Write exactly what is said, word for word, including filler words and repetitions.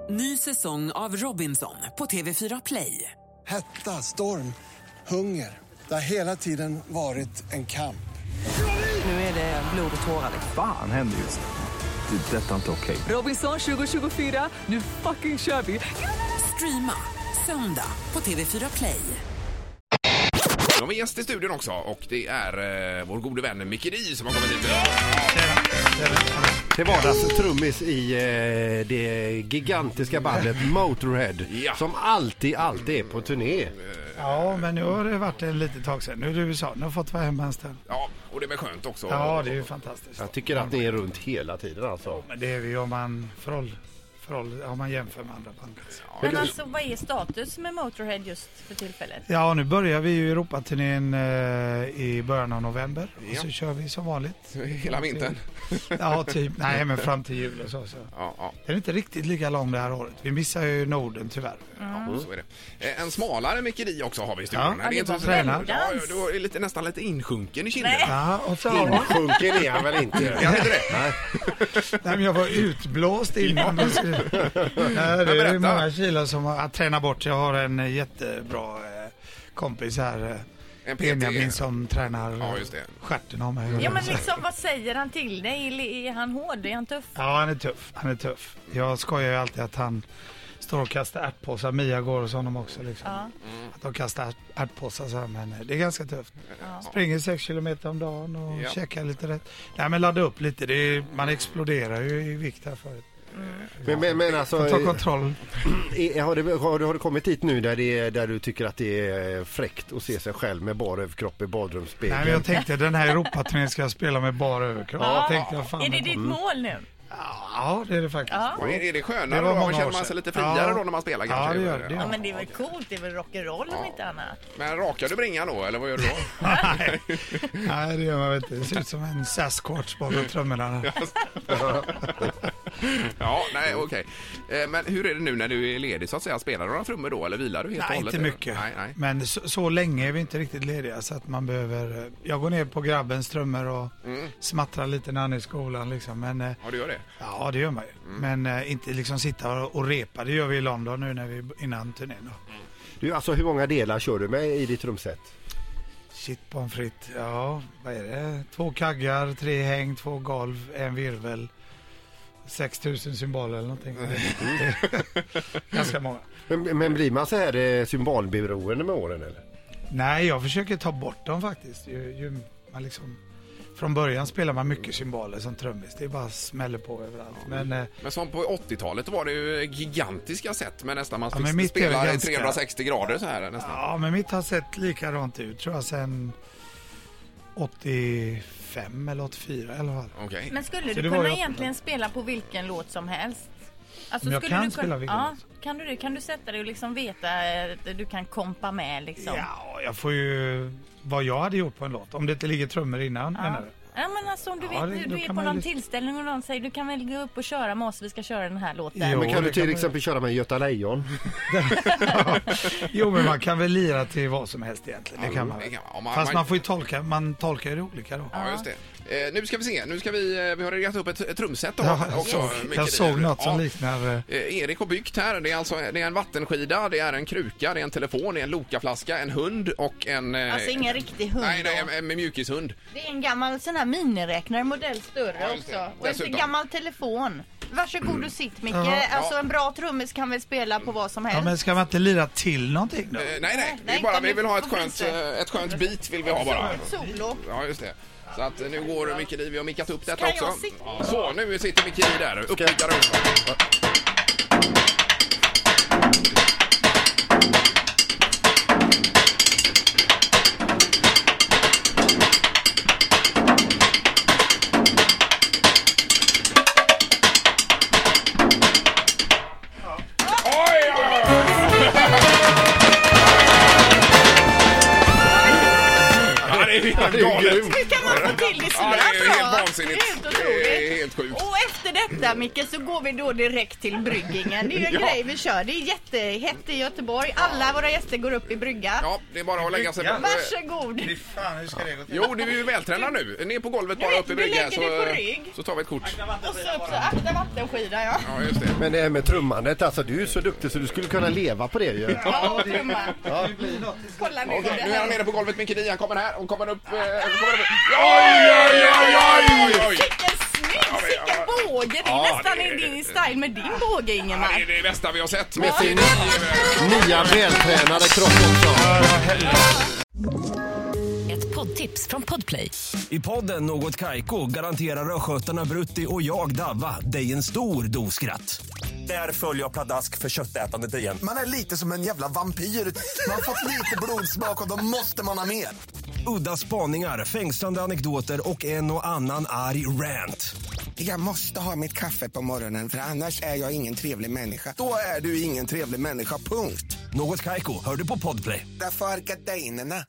Ny säsong av Robinson på T V fyra Play. Hetta, storm, hunger. Det har hela tiden varit en kamp. Nu är det blod och tårar. Fan händer just det. Det är detta inte okej. Robinson tjugo tjugofyra, nu fucking kör vi. Streama söndag på T V fyra Play. De har gäst i studion också och det är eh, vår gode vän Micke Di som har kommit hit idag. Det var alltså trummis i eh, det gigantiska bandet Motorhead Ja. som alltid, alltid är på turné. Ja, men nu har det varit en liten tag sedan. Nu är det U S A. Nu har fått vara hemma en stund. Ja, och det är väl skönt också. Ja, det är ju fantastiskt. Jag tycker att ni är runt hela tiden alltså. Men det är vi om man förhåll, förhåll, om man jämför med andra band. Men alltså, vad är status med Motorhead just för tillfället? Ja, nu börjar vi ju Europaturnén eh, i början av november. Ja. Och så kör vi som vanligt. Hela vintern. Ja, typ. Nej, men fram till jul och så. så. Ja, ja. Det är inte riktigt lika lång det här året. Vi missar ju Norden tyvärr. Ja, så är det. Eh, En smalare Micke Di också har vi i studion. Ja, det är inte så tränar. ja, du är lite, nästan lite insjunken i kinderna. Ja, och så har Sjunker är han väl inte? Jag vet inte det. Nej. Nej, men jag var utblåst innan. Nej, det är många kilo som har tränat bort. Jag har en jättebra eh, kompis här, eh, En P T. Benjamin, som tränar Ja, just det. stjärten av mig. Ja, men liksom, vad säger han till dig? Är han hård? Är han tuff? Ja, han är tuff. Han är tuff. Jag skojar ju alltid att han står och kastar ärtpåsar. Mia går hos honom också liksom. Ja. Att de kastar ärt, ärtpåsar så här, men det är ganska tufft. Ja. Springer sex kilometer om dagen och Ja. käkar lite rätt. Nej, men ladda upp lite. Det är, man exploderar ju i vikt här förut. Men, men, men alltså, Ta kontroll. är- har, det, har, du, har du kommit hit nu där, det är, där du tycker att det är fräckt att se sig själv med bara överkropp i badrumsspegeln? Nej, men jag tänkte den här Europaturnén ska jag spela med bara överkropp. Ja. Tänkte jag, fan, Är det ditt mål nu? Ja, det är det faktiskt. Ja. Och är är det skönare Det var då? många Känner år man sig sedan. lite friare Ja. då när man spelar Ja, kanske? det gör det. Ja, men det är väl coolt. Det är väl rock'n'roll om inte annat. Men rakar du bringan då, eller vad gör du då? Nej. Nej, det gör man inte. Det ser ut som en Sasquatch bakom trummorna. Ja, nej, okej. Eh, Men hur är det nu när du är ledig så att säga? Spelar du några trummor då, eller vilar du helt och Nej, hållet? inte mycket. Nej, nej. Men så, så länge är vi inte riktigt lediga så att man behöver... Jag går ner på grabbens trummor och Mm. smattrar lite när han är i skolan liksom. Men, eh, Ja, du gör det. ja, det gör man ju. Men eh, inte liksom sitta och, och repa. Det gör vi i London nu när vi innan turnén då. Du, alltså, hur många delar kör du med i ditt trumset? Shit pommes frites. Ja, vad är det? Två kaggar, tre häng, två golv, en virvel. sex tusen symboler eller någonting. Ganska många. Men, men blir man så här eh, symbolberoende med åren eller? Nej, jag försöker ta bort dem faktiskt. Ju, ju, man liksom, från början spelar man mycket symboler som trummis. Det är bara smäller på överallt. Men, eh, Men som på åttiotalet var det ju gigantiska sätt med nästan man Ja, fick men mitt är spela väl i ganska- trehundrasextio grader så här nästan. ja, men mitt har sett likadant ut tror jag sen åttiofem eller åttiofyra i alla fall. Okej. Men skulle Så du det var kunna ju- egentligen spela på vilken låt som helst? Alltså, Om jag skulle kan du spela vilken ja, låt? kan du det? Kan du sätta dig och liksom veta att du kan kompa med liksom? Ja, jag får ju vad jag hade gjort på en låt. Om det inte ligger trummor innan, Ja. menar du? Ja, men alltså om du Ja, vet, det- då du är kan på man någon ju- tillställning och någon säger du kan väl gå upp och köra med oss, vi ska köra den här låten. Jo. Men kan det du till kan man- exempel köra med Göta Lejon? Jo, men man kan väl lira till vad som helst egentligen. Det kan man det väl. kan man. Ja, man- Fast man- man får ju tolka, man tolkar ju olika då. Ja, just det. Eh, nu ska vi se. Nu ska vi, eh, vi har riggat upp ett, ett trumset då, Ja, också. jag, Micke jag Di. såg något som Ja. liknar... eh, Eh, Erik har byggt här. Det är alltså det är en vattenskida, det är en kruka, det är en telefon, det är en Lokaflaska, en hund och en... eh, Alltså ingen riktig hund Nej, nej, då. en, en mjukishund. Det är en gammal sån här miniräknare, modell större Ja, just det. också. Och en Dessutom. gammal telefon. Varsågod och sitt, Micke. Ja. Alltså en bra trummis kan väl spela på vad som helst. Ja, men ska man inte lira till någonting då? Eh, nej, nej. Nej, Vi, bara, kom vi vill ha ett kom skönt, inte. eh, ett skönt beat vill vi ha bara. Solo. Ja, just det. Så att eh, nu går Micke Di, vi har mickat upp detta Kan jag också. sitta? Ja, så, nu sitter Micke Di där. Uppbyggare upp. Oj, oj, oj! Ja, det är helt galet. Hur kan man få till det så Ja, det där är helt bra? vansinnigt. Helt Det otroligt. är helt sjukt. Och efter efter detta, Micke, så går vi då direkt till bryggingen. Det är ju en Ja. grej vi kör. Det är jättehett i Göteborg. Alla våra gäster går upp i brygga. Ja, det är bara att lägga sig på... Varsågod. Fy fan, hur ska det gå till? Jo, du är ju vältränad nu. Ner på golvet bara Jag upp i vet, vi brygga lägger det på rygg. så, så tar vi ett kort. Och så upp så akta vattenskida, ja. Ja, just det. Men det här med trummandet, alltså du är så duktig så du skulle kunna leva på det ju. Ja, trumma. Det blir något. Kolla nu. Okej, det nu är här. han nere på golvet, Micke Di. Han kommer här och kommer upp... Eh, kommer upp. Oj, oj, oj, oj, oj! Vilken snygg, Ja, men, vilken ja. båge. Det är Ja, nästan det är- i din style med din båge, Ja, Ingemar. det är det bästa vi har sett. Med sin nya vältränade kropp också. Ett poddtips från Podplay. I podden Något Kaiko garanterar östgötarna Brutti och jag Davva dig en stor dos skratt. Där följer jag pladask för köttätandet igen. Man är lite som en jävla vampyr. Man har fått lite blodsmak och då måste man ha mer. Udda spaningar, fängslande anekdoter och en och annan arg rant. Jag måste ha mitt kaffe på morgonen för annars är jag ingen trevlig människa. Då är du ingen trevlig människa, punkt. Något Kaiko, hör du på Podplay. Därför är gardinerna.